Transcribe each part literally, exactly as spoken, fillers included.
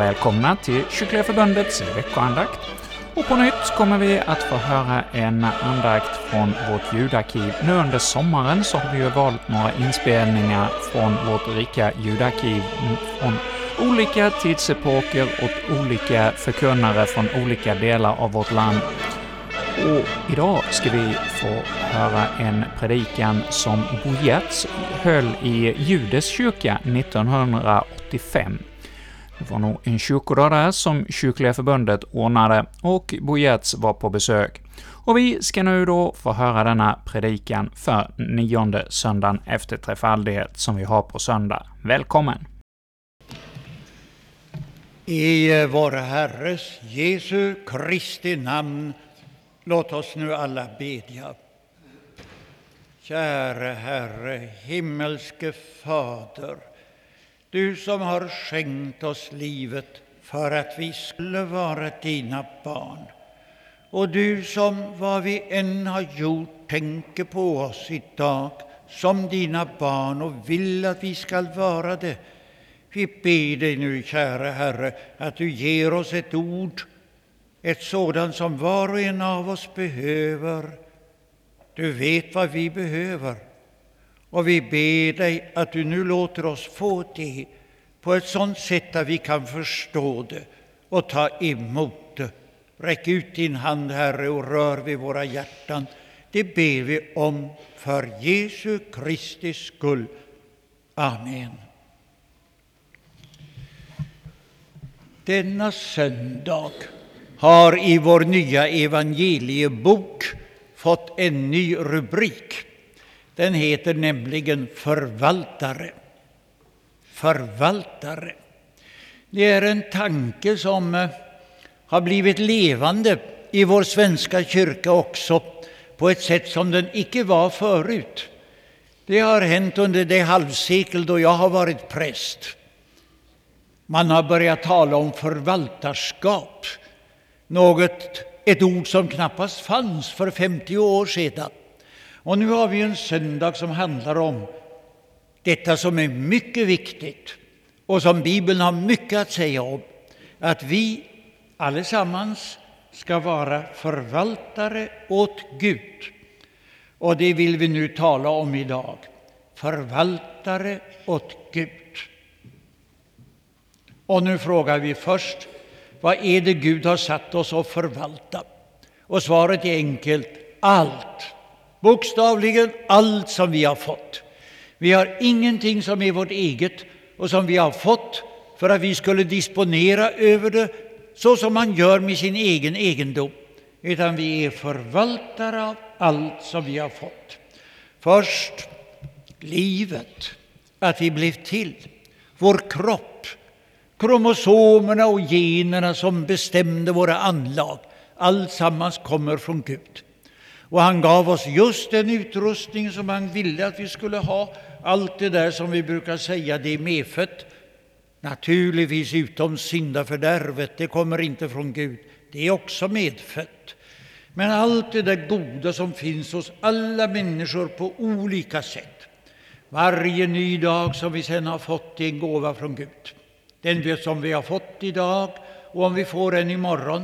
välkomna till Kyrkliga förbundets veckoandakt. Och på nytt kommer vi att få höra en andakt från vårt ljudarkiv. Nu under sommaren så har vi ju valt några inspelningar från vårt rika ljudarkiv från olika tidsepoker och olika förkunnare från olika delar av vårt land. Och idag ska vi få höra en predikan som Bo Giertz höll i Judes kyrka nittonhundraåttiofem. Det var nog en kyrkodag där som Kyrkliga förbundet ordnade och Bo Giertz var på besök. Och vi ska nu då få höra denna predikan för nionde söndagen efter trefaldighet som vi har på söndag. Välkommen! I vår Herres Jesu Kristi namn, låt oss nu alla bedja. Käre Herre, himmelske Fader, du som har skänkt oss livet för att vi skulle vara dina barn. Och du som, vad vi än har gjort, tänker på oss idag som dina barn och vill att vi ska vara det. Vi ber dig nu, käre Herre, att du ger oss ett ord, ett sådant som var och en av oss behöver. Du vet vad vi behöver. Och vi ber dig att du nu låter oss få det på ett sådant sätt att vi kan förstå det och ta emot det. Räck ut din hand, Herre, och rör vid våra hjärtan. Det ber vi om för Jesu Kristi skull. Amen. Denna söndag har i vår nya evangeliebok fått en ny rubrik. Den heter nämligen förvaltare. Förvaltare. Det är en tanke som har blivit levande i vår svenska kyrka också på ett sätt som den icke var förut. Det har hänt under det halvsekel då jag har varit präst. Man har börjat tala om förvaltarskap. Något, ett ord som knappast fanns för femtio år sedan. Och nu har vi en söndag som handlar om detta som är mycket viktigt och som Bibeln har mycket att säga om. Att vi allesammans ska vara förvaltare åt Gud. Och det vill vi nu tala om idag. Förvaltare åt Gud. Och nu frågar vi först, vad är det Gud har satt oss att förvalta? Och svaret är enkelt, allt. Bokstavligen allt som vi har fått. Vi har ingenting som är vårt eget och som vi har fått för att vi skulle disponera över det så som man gör med sin egen egendom. Utan vi är förvaltare av allt som vi har fått. Först livet, att vi blev till. Vår kropp, kromosomerna och generna som bestämde våra anlag. Allt sammans kommer från Gud. Och han gav oss just den utrustning som han ville att vi skulle ha. Allt det där som vi brukar säga, det är medfött. Naturligtvis utom syndafördärvet, det kommer inte från Gud. Det är också medfött. Men allt det där goda som finns hos alla människor på olika sätt. Varje ny dag som vi sedan har fått är en gåva från Gud. Den som vi har fått idag och om vi får en imorgon.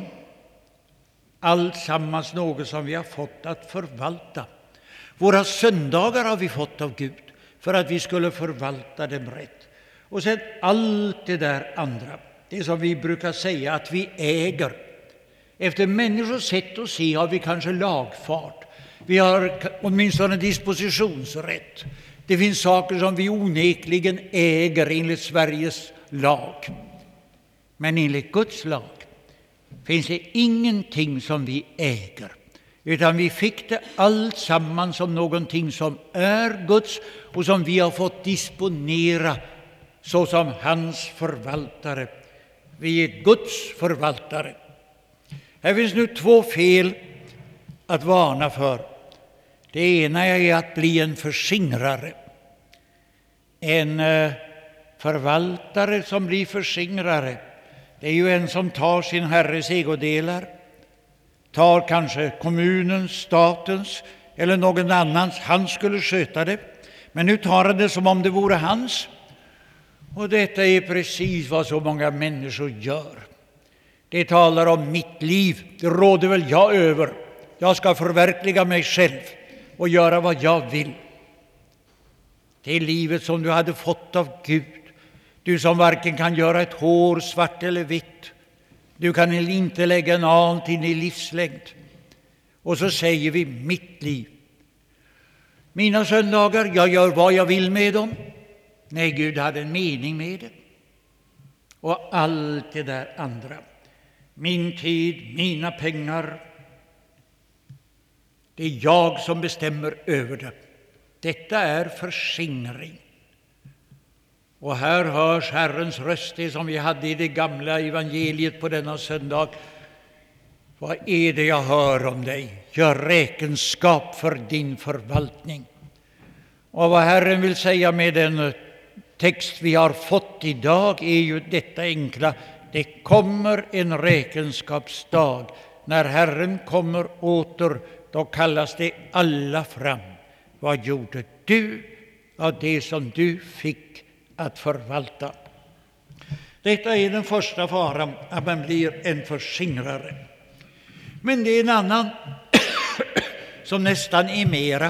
Allt sammans något som vi har fått att förvalta. Våra söndagar har vi fått av Gud för att vi skulle förvalta dem rätt. Och sen allt det där andra, det som vi brukar säga att vi äger. Efter människors sätt att se har vi kanske lagfart. Vi har åtminstone dispositionsrätt. Det finns saker som vi onekligen äger enligt Sveriges lag. Men enligt Guds lag finns det ingenting som vi äger, utan vi fick det allt samman som någonting som är Guds och som vi har fått disponera såsom hans förvaltare. Vi är Guds förvaltare. Här finns nu två fel att varna för. Det ena är att bli en förskingrare. En förvaltare som blir förskingrare, det är ju en som tar sin herres ägodelar, tar kanske kommunens, statens eller någon annans. Han skulle sköta det, men nu tar han det som om det vore hans. Och detta är precis vad så många människor gör. De talar om mitt liv, det råder väl jag över. Jag ska förverkliga mig själv och göra vad jag vill. Det är livet som du hade fått av Gud. Du som varken kan göra ett hår svart eller vitt. Du kan inte lägga en an till din livslängd. Och så säger vi mitt liv. Mina söndagar, jag gör vad jag vill med dem. Nej, Gud hade en mening med det. Och allt det där andra. Min tid, mina pengar. Det är jag som bestämmer över det. Detta är förskingring. Och här hörs Herrens röst, det som vi hade i det gamla evangeliet på denna söndag. Vad är det jag hör om dig? Gör räkenskap för din förvaltning. Och vad Herren vill säga med den text vi har fått idag är ju detta enkla. Det kommer en räkenskapsdag. När Herren kommer åter, då kallas det alla fram. Vad gjorde du av det som du fick att förvalta? Detta är den första faran, att man blir en förskingrare. Men det är en annan som nästan är mera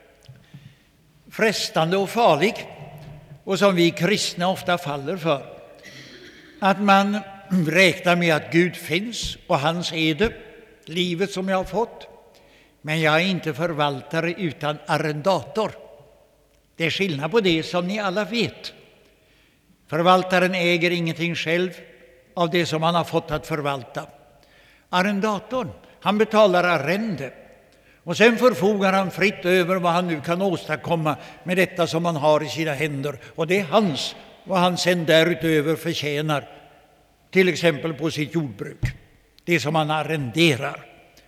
frestande och farlig och som vi kristna ofta faller för. Att man räknar med att Gud finns och hans är det, livet som jag har fått. Men jag är inte förvaltare utan arrendator. Det är skillnad på det, som ni alla vet. Förvaltaren äger ingenting själv av det som han har fått att förvalta. Arrendatorn, han betalar arrende. Och sen förfogar han fritt över vad han nu kan åstadkomma med detta som han har i sina händer. Och det är hans, vad han sen därutöver förtjänar. Till exempel på sitt jordbruk. Det som han arrenderar.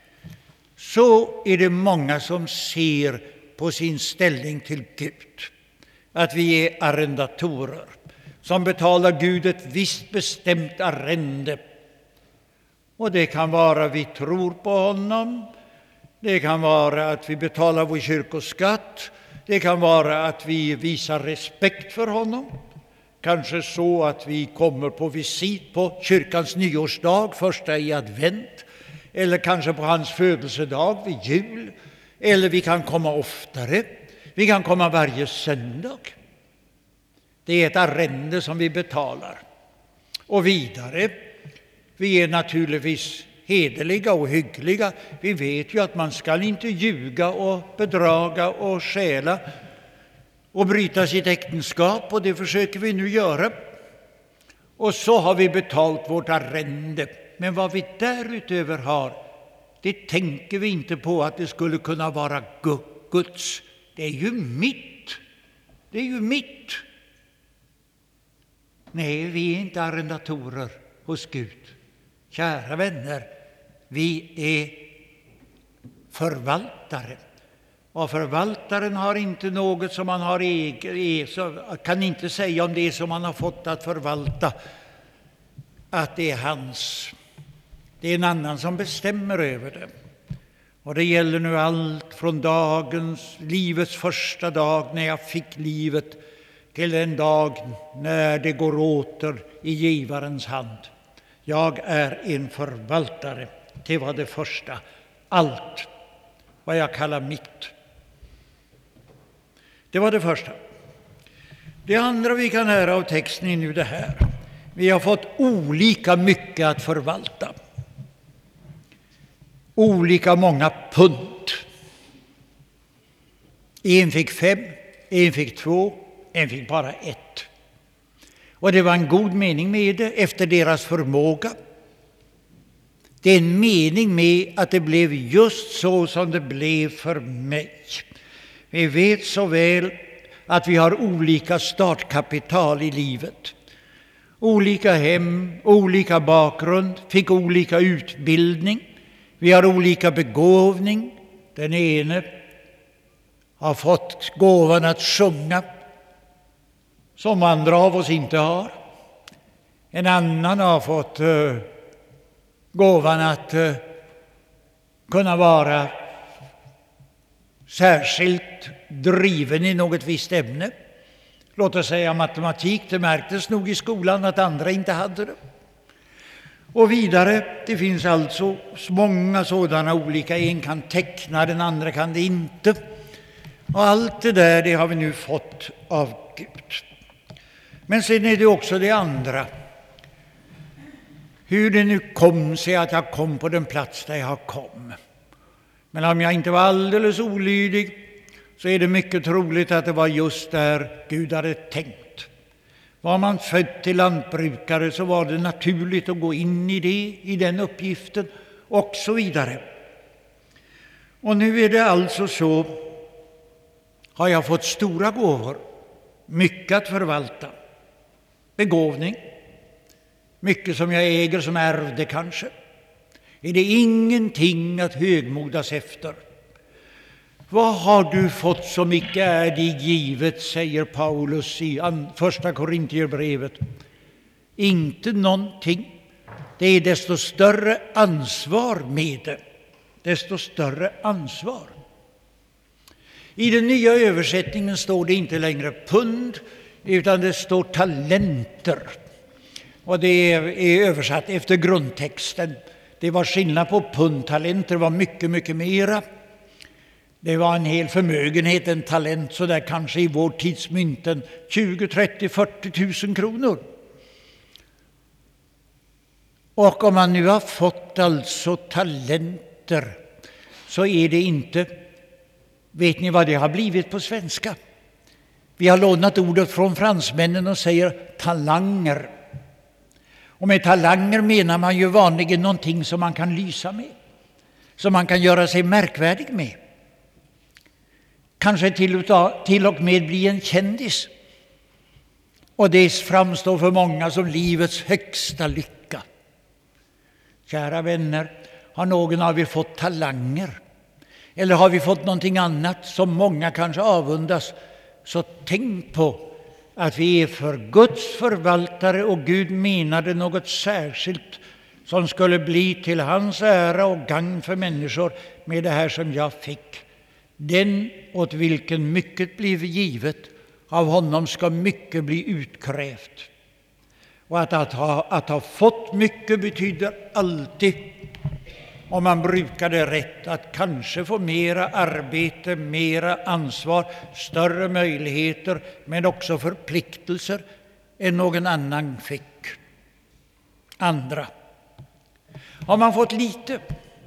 Så är det många som ser på sin ställning till Gud. Att vi är arrendatorer. Som betalar Gud ett visst bestämt arrende. Och det kan vara vi tror på honom. Det kan vara att vi betalar vår kyrkoskatt. Det kan vara att vi visar respekt för honom. Kanske så att vi kommer på visit på kyrkans nyårsdag, första i advent. Eller kanske på hans födelsedag vid jul. Eller vi kan komma oftare. Vi kan komma varje söndag. Det är ett arrende som vi betalar. Och vidare, vi är naturligtvis hederliga och hyggliga. Vi vet ju att man ska inte ljuga och bedraga och stjäla och bryta sitt äktenskap, och det försöker vi nu göra. Och så har vi betalt vårt arrende. Men vad vi därutöver har, det tänker vi inte på att det skulle kunna vara Guds. Det är ju mitt. Det är ju mitt. Nej, vi är inte arrendatorer hos Gud. Kära vänner, vi är förvaltare. Och förvaltaren har inte något som man har eget, kan inte säga om det som man har fått att förvalta att det är hans. Det är en annan som bestämmer över det. Och det gäller nu allt från dagens, livets första dag när jag fick livet, till den dag när det går åter i givarens hand. Jag är en förvaltare. Det var det första. Allt vad jag kallar mitt. Det var det första. Det andra vi kan höra av texten är nu det här. Vi har fått olika mycket att förvalta. Olika många pund. En fick fem, en fick två, en fick bara ett. Och det var en god mening med det efter deras förmåga. Det är en mening med att det blev just så som det blev för mig. Vi vet så väl att vi har olika startkapital i livet. Olika hem, olika bakgrund, fick olika utbildning. Vi har olika begåvning. Den ene har fått gåvan att sjunga, som andra av oss inte har. En annan har fått uh, gåvan att uh, kunna vara särskilt driven i något visst ämne. Låt oss säga matematik, det märktes nog i skolan att andra inte hade det. Och vidare, det finns alltså många sådana olika, en kan teckna, den andra kan det inte. Och allt det där, det har vi nu fått av Gud. Men sen är det också det andra. Hur det nu kom sig att jag kom på den plats där jag kom. Men om jag inte var alldeles olydig så är det mycket troligt att det var just där Gud hade tänkt. Var man född till lantbrukare så var det naturligt att gå in i det, i den uppgiften och så vidare. Och nu är det alltså så, har jag fått stora gåvor, mycket att förvalta, begåvning, mycket som jag äger som ärvde kanske. Är det ingenting att högmodas efter? Vad har du fått som icke är dig givet, säger Paulus i första Korintierbrevet. Inte någonting. Det är desto större ansvar med det. Desto större ansvar. I den nya översättningen står det inte längre pund, utan det står talenter. Och det är översatt efter grundtexten. Det var skillnad på pund, talenter var mycket, mycket mera. Det var en hel förmögenhet, en talent, så där kanske i vår tidsmynten tjugo, trettio, fyrtio tusen kronor. Och om man nu har fått alltså talenter så är det inte, vet ni vad det har blivit på svenska? Vi har lånat ordet från fransmännen och säger talanger. Och med talanger menar man ju vanligen någonting som man kan lysa med, som man kan göra sig märkvärdig med. Kanske till, till och med bli en kändis. Och det framstår för många som livets högsta lycka. Kära vänner, har någon av er fått talanger? Eller har vi fått någonting annat som många kanske avundas? Så tänk på att vi är för Guds förvaltare och Gud menade något särskilt som skulle bli till hans ära och gagn för människor med det här som jag fick. Den åt vilken mycket blir givet, av honom ska mycket bli utkrävt. Och att, att, ha, att ha fått mycket betyder alltid, om man brukar det rätt, att kanske få mera arbete, mera ansvar, större möjligheter, men också förpliktelser än någon annan fick. Andra. Har man fått lite,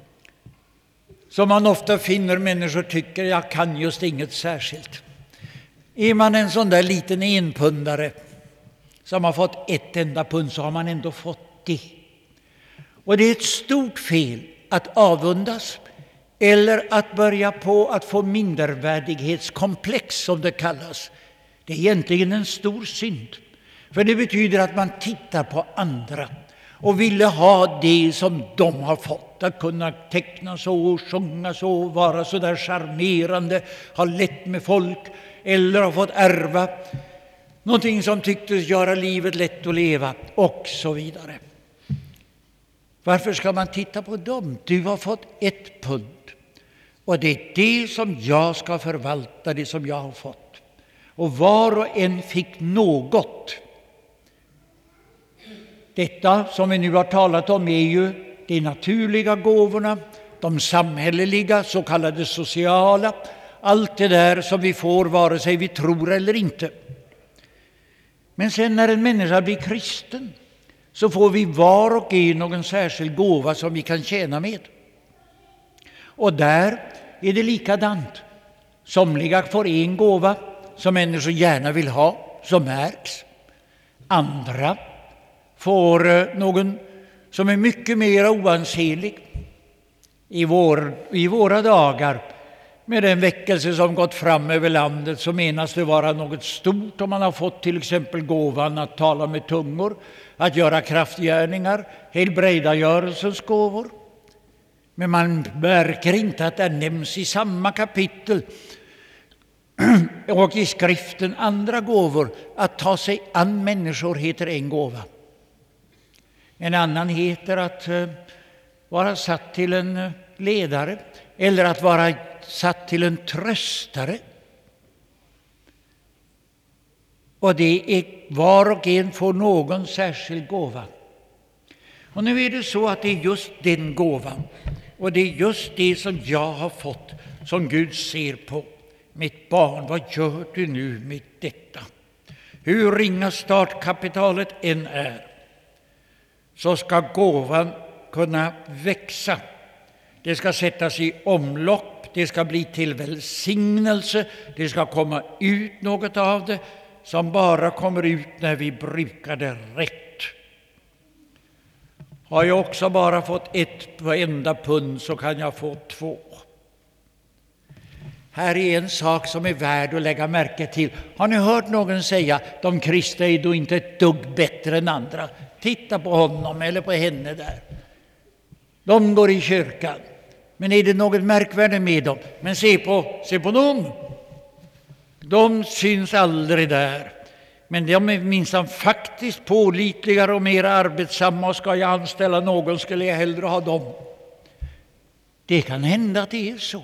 som man ofta finner människor tycker, jag kan just inget särskilt. Är man en sån där liten enpundare som har fått ett enda pund, så har man ändå fått det. Och det är ett stort fel att avundas eller att börja på att få mindervärdighetskomplex, som det kallas. Det är egentligen en stor synd. För det betyder att man tittar på andra och ville ha det som de har fått. Att kunna teckna så, sjunga så, vara så där charmerande, ha lätt med folk eller ha fått ärva någonting som tycktes göra livet lätt att leva och så vidare. Varför ska man titta på dem? Du har fått ett pund och det är det som jag ska förvalta, det som jag har fått. Och var och en fick något. Detta som vi nu har talat om är ju de naturliga gåvorna, de samhälleliga, så kallade sociala, allt det där som vi får vare sig vi tror eller inte. Men sen när en människa blir kristen så får vi var och en någon särskild gåva som vi kan tjäna med. Och där är det likadant. Somliga får en gåva som människor gärna vill ha, som märks. Andra får någon som är mycket mer oansenlig. I, vår, I våra dagar, med den väckelse som gått fram över landet, så menas det vara något stort om man har fått till exempel gåvan att tala med tungor, att göra kraftgärningar, helbrägdagörelsens gåvor. Men man märker inte att det nämns i samma kapitel och i skriften andra gåvor. Att ta sig an människor heter en gåva. En annan heter att vara satt till en ledare eller att vara satt till en tröstare. Och det är var och en får någon särskild gåva. Och nu är det så att det är just den gåvan och det är just det som jag har fått som Gud ser på. Mitt barn, vad gör du nu med detta? Hur ringa startkapitalet än är, så ska gåvan kunna växa. Det ska sättas i omlopp, det ska bli till välsignelse, det ska komma ut något av det som bara kommer ut när vi brukar det rätt. Har jag också bara fått ett på enda pund, så kan jag få två. Här är en sak som är värd att lägga märke till. Har ni hört någon säga, de kristna är då inte ett dugg bättre än andra? Titta på honom eller på henne där. De går i kyrkan. Men är det något märkvärdigt med dem? Men se på, se på dem. De syns aldrig där. Men de är minsann faktiskt pålitligare och mer arbetsamma, och ska jag anställa någon skulle jag hellre ha dem. Det kan hända att det är så.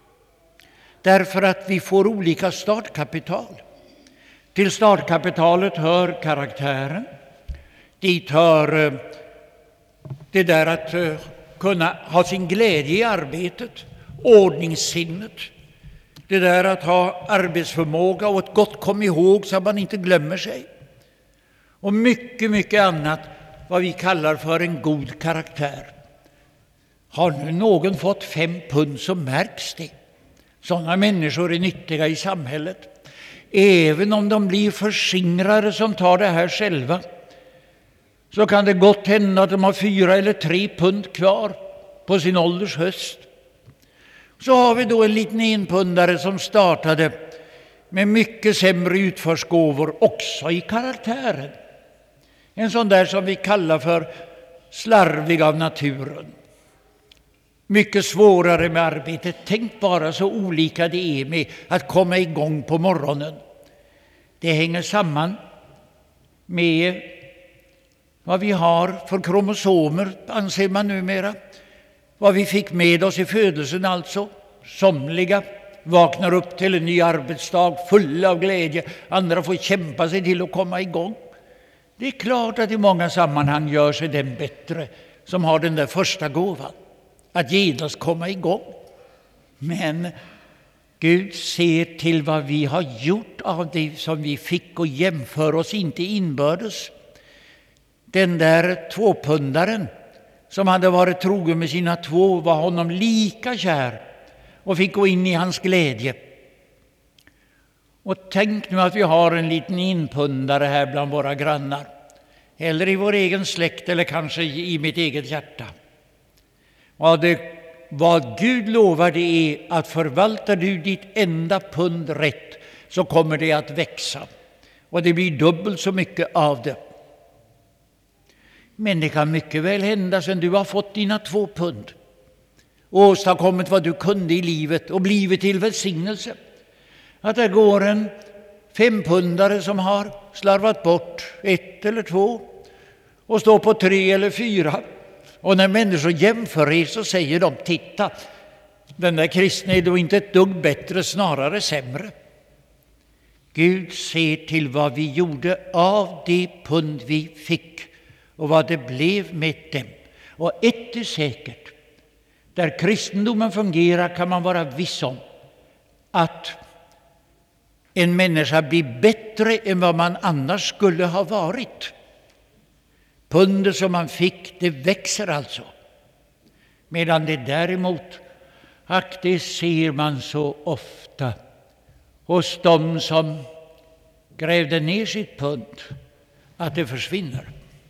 Därför att vi får olika startkapital. Till startkapitalet hör karaktären. Dit hör det där att kunna ha sin glädje i arbetet, ordningssinnet. Det där att ha arbetsförmåga och ett gott kom ihåg så att man inte glömmer sig. Och mycket, mycket annat vad vi kallar för en god karaktär. Har nu någon fått fem pund så märks det. Sådana människor är nyttiga i samhället. Även om de blir förskingrare som tar det här själva, så kan det gott hända att de har fyra eller tre pund kvar på sin ålders höst. Så har vi då en liten enpundare som startade med mycket sämre utförsgåvor också i karaktären. En sån där som vi kallar för slarvig av naturen. Mycket svårare med arbetet. Tänk bara så olika det är med att komma igång på morgonen. Det hänger samman med vad vi har för kromosomer, anser man numera. Vad vi fick med oss i födelsen alltså. Somliga vaknar upp till en ny arbetsdag fulla av glädje. Andra får kämpa sig till att komma igång. Det är klart att i många sammanhang gör sig den bättre som har den där första gåvan. Att genast komma igång. Men Gud ser till vad vi har gjort av det som vi fick och jämför oss inte inbördes. Den där tvåpundaren som hade varit trogen med sina två var honom lika kär och fick gå in i hans glädje. Och tänk nu att vi har en liten inpundare här bland våra grannar, eller i vår egen släkt, eller kanske i mitt eget hjärta. Vad, det, vad Gud lovar det är att förvaltar du ditt enda pund rätt, så kommer det att växa. Och det blir dubbelt så mycket av det. Men det kan mycket väl hända sen du har fått dina två pund och åstadkommit vad du kunde i livet och blivit till välsignelse, att det går en fempundare som har slarvat bort ett eller två och står på tre eller fyra. Och när människor jämför er så säger de, titta, den där kristna är då inte ett dugg bättre, snarare sämre. Gud ser till vad vi gjorde av det pund vi fick och vad det blev med dem. Och ett är säkert, där kristendomen fungerar kan man vara viss om att en människa blir bättre än vad man annars skulle ha varit. Pundet som man fick, det växer alltså. Medan det däremot, att det ser man så ofta hos dem som grävde ner sitt pund, att det försvinner.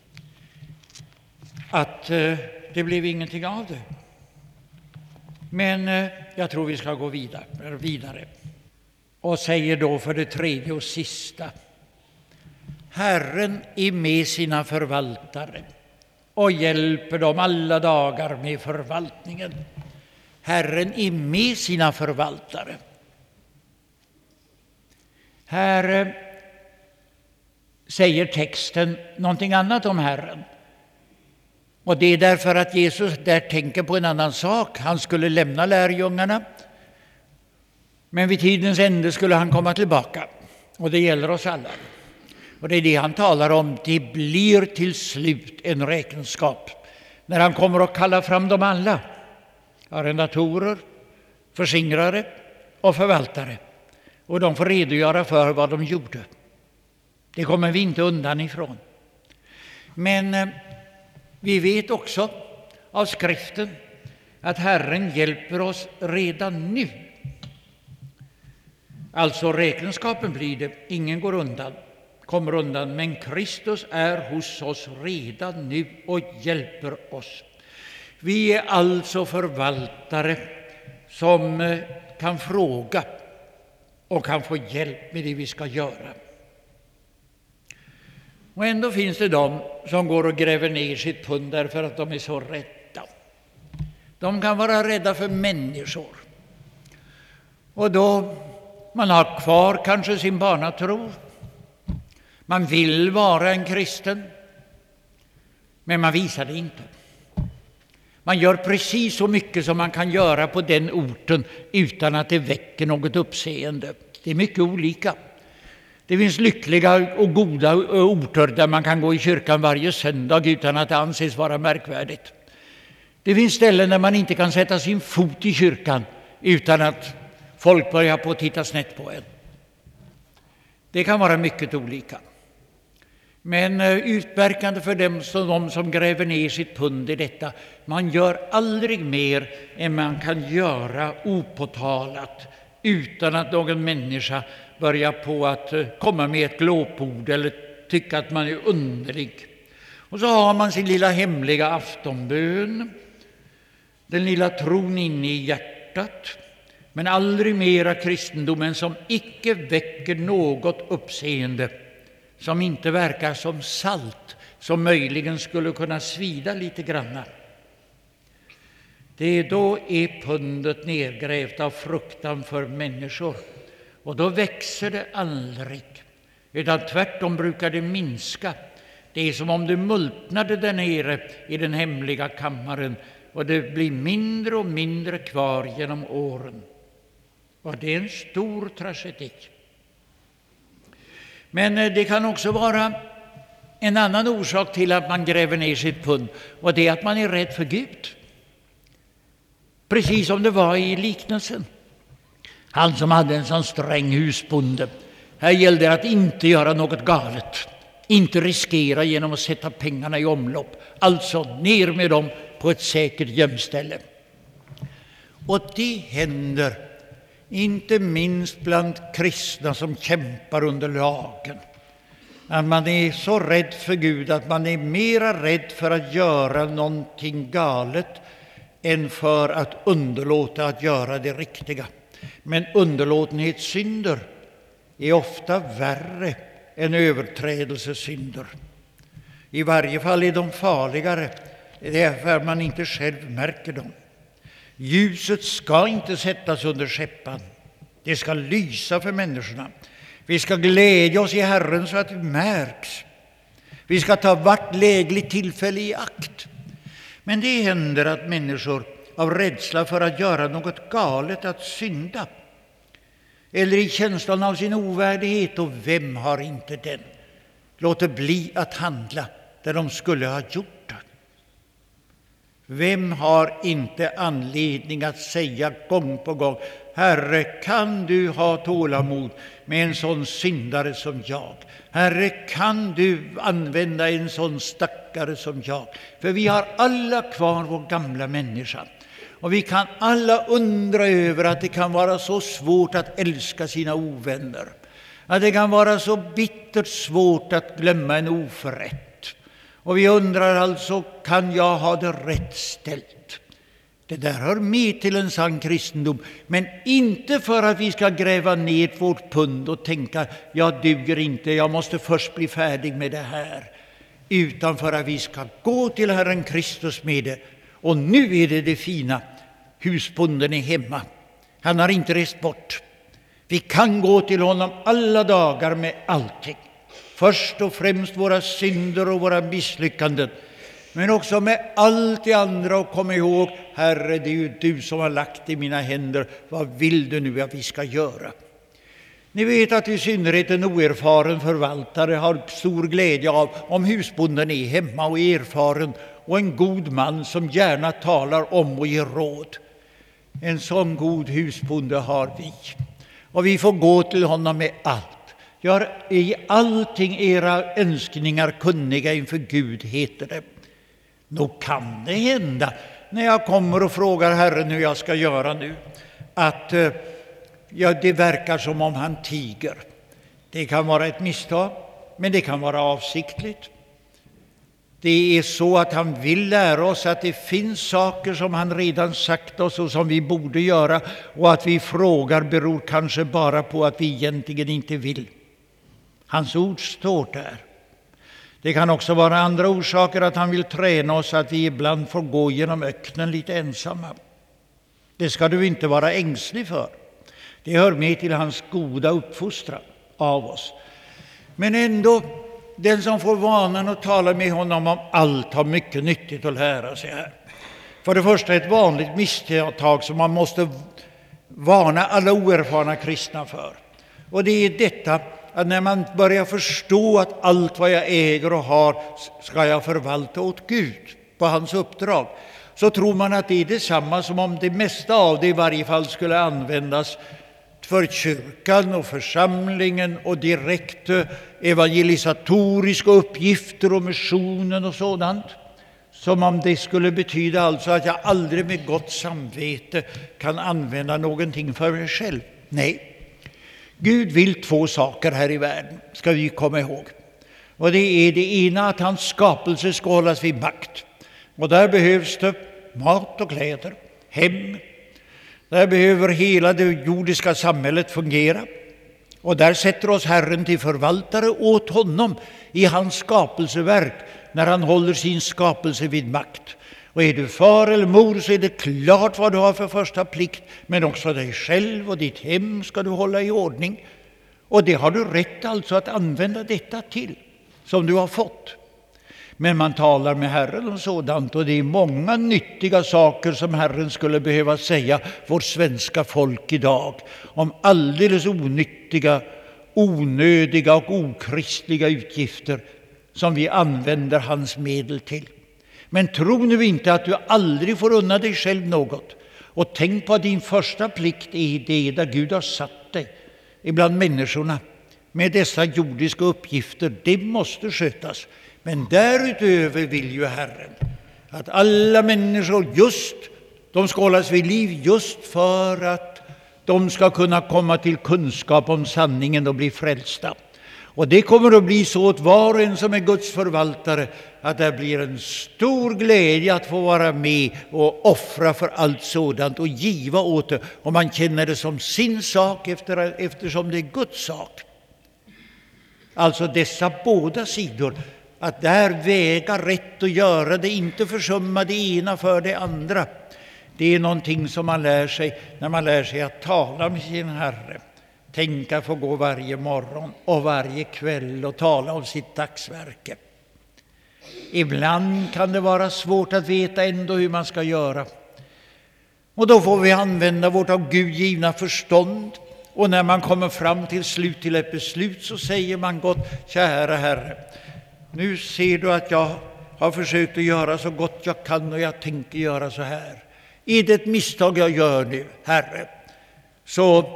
Att eh, det blev ingenting av det. Men eh, jag tror vi ska gå vidare, vidare. Och säger då för det tredje och sista: Herren är med sina förvaltare och hjälper dem alla dagar med förvaltningen. Herren är med sina förvaltare. Här eh, säger texten någonting annat om Herren. Och det är därför att Jesus där tänker på en annan sak. Han skulle lämna lärjungarna, men vid tidens ände skulle han komma tillbaka. Och det gäller oss alla. Och det är det han talar om. Det blir till slut en räkenskap när han kommer att kalla fram dem alla. Arrendatorer, förskingrare och förvaltare. Och de får redogöra för vad de gjorde. Det kommer vi inte undan ifrån. Men eh, vi vet också av skriften att Herren hjälper oss redan nu. Alltså räkenskapen blir det. Ingen går undan, kommer undan. Men Kristus är hos oss redan nu och hjälper oss. Vi är alltså förvaltare som eh, kan fråga och kan få hjälp med det vi ska göra. Och ändå finns det de som går och gräver ner sitt pund därför att de är så rädda. De kan vara rädda för människor. Och då man har kvar kanske sin barnatro. Man vill vara en kristen, men man visar det inte. Man gör precis så mycket som man kan göra på den orten utan att det väcker något uppseende. Det är mycket olika. Det finns lyckliga och goda orter där man kan gå i kyrkan varje söndag utan att det anses vara märkvärdigt. Det finns ställen där man inte kan sätta sin fot i kyrkan utan att folk börjar på att titta snett på en. Det kan vara mycket olika. Men utmärkande för dem som, de som gräver ner sitt pund i detta, man gör aldrig mer än man kan göra opåtalat utan att någon människa börjar på att komma med ett glåpord eller tycka att man är underlig. Och så har man sin lilla hemliga aftonbön, den lilla tron inne i hjärtat, men aldrig mera kristendomen som icke väcker något uppseende, som inte verkar som salt, som möjligen skulle kunna svida lite granna. Det är då är pundet nedgrävt av fruktan för människor. Och då växer det aldrig, utan tvärtom brukar det minska. Det är som om det multnade där nere i den hemliga kammaren och det blir mindre och mindre kvar genom åren. Och det är en stor tragedi. Men det kan också vara en annan orsak till att man gräver ner sitt pund, och det är att man är rädd för Gud. Precis som det var i liknelsen. Han som hade en sån sträng husbonde. Här gällde det att inte göra något galet. Inte riskera genom att sätta pengarna i omlopp. Alltså ner med dem på ett säkert gömställe. Och det händer inte minst bland kristna som kämpar under lagen. Att man är så rädd för Gud att man är mera rädd för att göra någonting galet än för att underlåta att göra det riktiga. Men underlåtenhetssynder är ofta värre än överträdelsesynder. I varje fall är de farligare därför man inte själv märker dem. Ljuset ska inte sättas under skäppan. Det ska lysa för människorna. Vi ska glädja oss i Herren så att det märks. Vi ska ta vart lägligt tillfälle i akt. Men det händer att människor av rädsla för att göra något galet, att synda, eller i känslan av sin ovärdighet, och vem har inte den, låter bli att handla där de skulle ha gjort det. Vem har inte anledning att säga gång på gång: Herre, kan du ha tålamod med en sån syndare som jag? Herre, kan du använda en sån stackare som jag? För vi har alla kvar vår gamla människa. Och vi kan alla undra över att det kan vara så svårt att älska sina ovänner. Att det kan vara så bittert svårt att glömma en oförrätt. Och vi undrar alltså, kan jag ha det rätt ställt? Det där hör med till en sann kristendom, men inte för att vi ska gräva ner vårt pund och tänka: jag duger inte, jag måste först bli färdig med det här. Utan för att vi ska gå till Herren Kristus med det. Och nu är det det fina. Husbonden är hemma. Han har inte rest bort. Vi kan gå till honom alla dagar med allting. Först och främst våra synder och våra misslyckanden. Men också med allt det andra, och kom ihåg: Herre, det är ju du som har lagt i mina händer. Vad vill du nu att vi ska göra? Ni vet att i synnerhet en oerfaren förvaltare har stor glädje av om husbonden är hemma och erfaren och en god man som gärna talar om och ger råd. En sån god husbonde har vi, och vi får gå till honom med allt. Gör i allting era önskningar kunniga inför Gud, heter det. Nog kan det hända, när jag kommer och frågar Herren hur jag ska göra nu, att eh, ja, det verkar som om han tiger. Det kan vara ett misstag, men det kan vara avsiktligt. Det är så att han vill lära oss att det finns saker som han redan sagt oss och som vi borde göra, och att vi frågar beror kanske bara på att vi egentligen inte vill. Hans ord står där. Det kan också vara andra orsaker, att han vill träna oss att vi ibland får gå genom öknen lite ensamma. Det ska du inte vara ängslig för. Det hör med till hans goda uppfostran av oss. Men ändå, den som får vanan att tala med honom om allt har mycket nyttigt att lära sig här. För det första ett vanligt misstag som man måste varna alla oerfarna kristna för. Och det är detta att när man börjar förstå att allt vad jag äger och har ska jag förvalta åt Gud på hans uppdrag, så tror man att det är detsamma som om det mesta av det i varje fall skulle användas för kyrkan och församlingen och direkt evangelisatoriska uppgifter och missionen och sådant. Som om det skulle betyda alltså att jag aldrig med gott samvete kan använda någonting för mig själv. Nej, Gud vill två saker här i världen, ska vi komma ihåg. Och det är det ena, att hans skapelse ska hållas vid makt. Och där behövs det mat och kläder, hem. Där behöver hela det jordiska samhället fungera. Och där sätter oss Herren till förvaltare åt honom i hans skapelseverk, när han håller sin skapelse vid makt. Och är du far eller mor, så är det klart vad du har för första plikt, men också dig själv och ditt hem ska du hålla i ordning. Och det har du rätt alltså att använda detta till, som du har fått. Men man talar med Herren om sådant, och det är många nyttiga saker som Herren skulle behöva säga vårt svenska folk idag om alldeles onyttiga, onödiga och okristliga utgifter som vi använder hans medel till. Men tro nu inte att du aldrig får unna dig själv något, och tänk på att din första plikt är det där Gud har satt dig ibland människorna med dessa jordiska uppgifter. Det måste skötas. Men därutöver vill ju Herren att alla människor just, de ska hållas vid liv just för att de ska kunna komma till kunskap om sanningen och bli frälsta. Och det kommer att bli så åt var och en som är Guds förvaltare, att det blir en stor glädje att få vara med och offra för allt sådant och giva åt det. Och man känner det som sin sak efter, eftersom det är Guds sak. Alltså dessa båda sidor, att där väga rätt och göra det, inte försumma det ena för det andra. Det är någonting som man lär sig när man lär sig att tala med sin Herre. Tänka få gå varje morgon och varje kväll och tala om sitt dagsverke. Ibland kan det vara svårt att veta ändå hur man ska göra. Och då får vi använda vårt av Gud givna förstånd. Och när man kommer fram till slut till ett beslut, så säger man gott: kära Herre, nu ser du att jag har försökt att göra så gott jag kan, och jag tänker göra så här. Är det ett misstag jag gör nu, Herre, så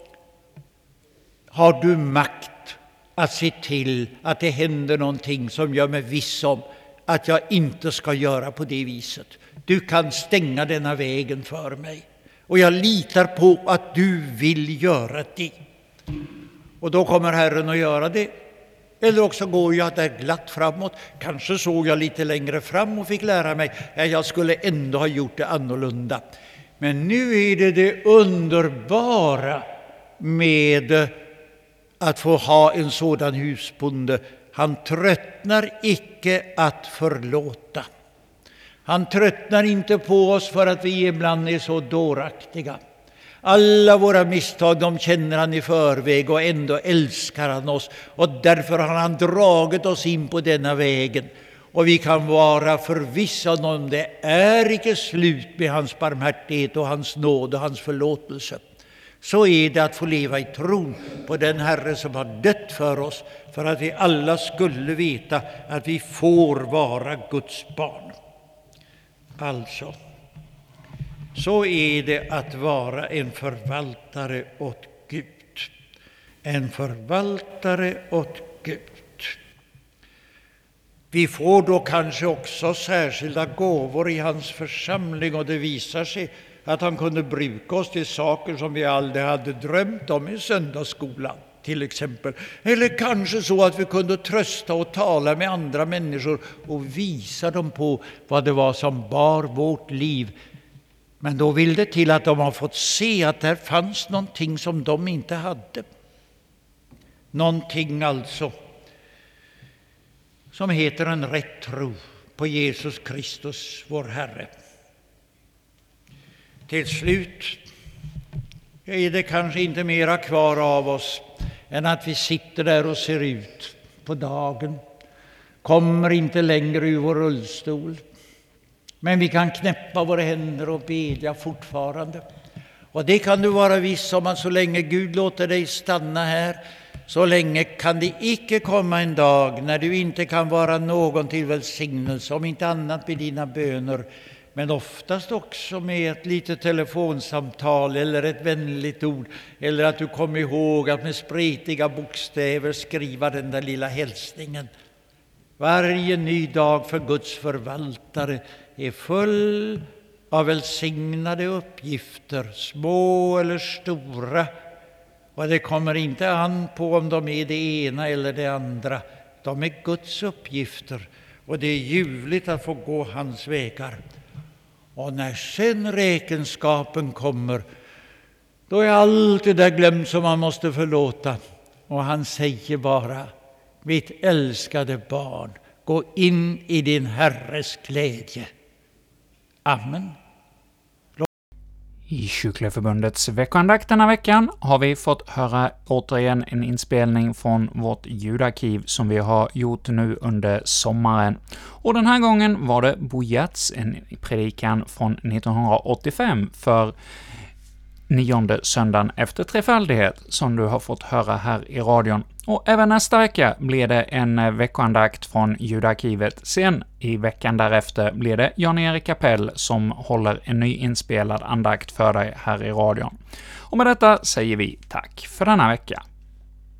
har du makt att se till att det händer någonting som gör mig viss om att jag inte ska göra på det viset. Du kan stänga denna vägen för mig, och jag litar på att du vill göra det. Och då kommer Herren att göra det. Eller också går jag där glatt framåt. Kanske såg jag lite längre fram och fick lära mig att jag skulle ändå ha gjort det annorlunda. Men nu är det det underbara med att få ha en sådan husbonde. Han tröttnar icke att förlåta. Han tröttnar inte på oss för att vi ibland är så dåraktiga. Alla våra misstag, de känner han i förväg, och ändå älskar han oss. Och därför har han dragit oss in på denna vägen. Och vi kan vara förvissade om det är icke slut med hans barmhärtighet och hans nåd och hans förlåtelse. Så är det att få leva i tron på den Herre som har dött för oss, för att vi alla skulle veta att vi får vara Guds barn. Alltså, så är det att vara en förvaltare åt Gud. En förvaltare åt Gud. Vi får då kanske också särskilda gåvor i hans församling, och det visar sig att han kunde bruka oss till saker som vi aldrig hade drömt om i söndagsskolan till exempel. Eller kanske så att vi kunde trösta och tala med andra människor och visa dem på vad det var som bar vårt liv. Men då vill det till att de har fått se att där fanns någonting som de inte hade. Någonting alltså som heter en rätt tro på Jesus Kristus, vår Herre. Till slut är det kanske inte mera kvar av oss än att vi sitter där och ser ut på dagen, kommer inte längre ur vår rullstol, men vi kan knäppa våra händer och bedja fortfarande. Och det kan du vara viss om, att så länge Gud låter dig stanna här, så länge kan det icke komma en dag när du inte kan vara någon till välsignelse, om inte annat med dina böner, men oftast också med ett litet telefonsamtal eller ett vänligt ord, eller att du kommer ihåg att med spretiga bokstäver skriva den där lilla hälsningen. Varje ny dag för Guds förvaltare är full av välsignade uppgifter, små eller stora, och det kommer inte an på om de är det ena eller det andra. De är Guds uppgifter, och det är ljuvligt att få gå hans vägar. Och när sen räkenskapen kommer, då är allt det där glömt som man måste förlåta. Och han säger bara: mitt älskade barn, gå in i din Herres glädje. Amen. I Kyrkoförbundets veckoandakt denna veckan har vi fått höra återigen en inspelning från vårt ljudarkiv som vi har gjort nu under sommaren. Och den här gången var det Bo Giertz, en predikan från nittonhundraåttiofem för nionde söndagen efter trefaldighet, som du har fått höra här i radion. Och även nästa vecka blir det en veckoandakt från ljudarkivet. Sen i veckan därefter blir det Jan-Erik Kapell som håller en ny inspelad andakt för dig här i radion. Och med detta säger vi tack för denna vecka.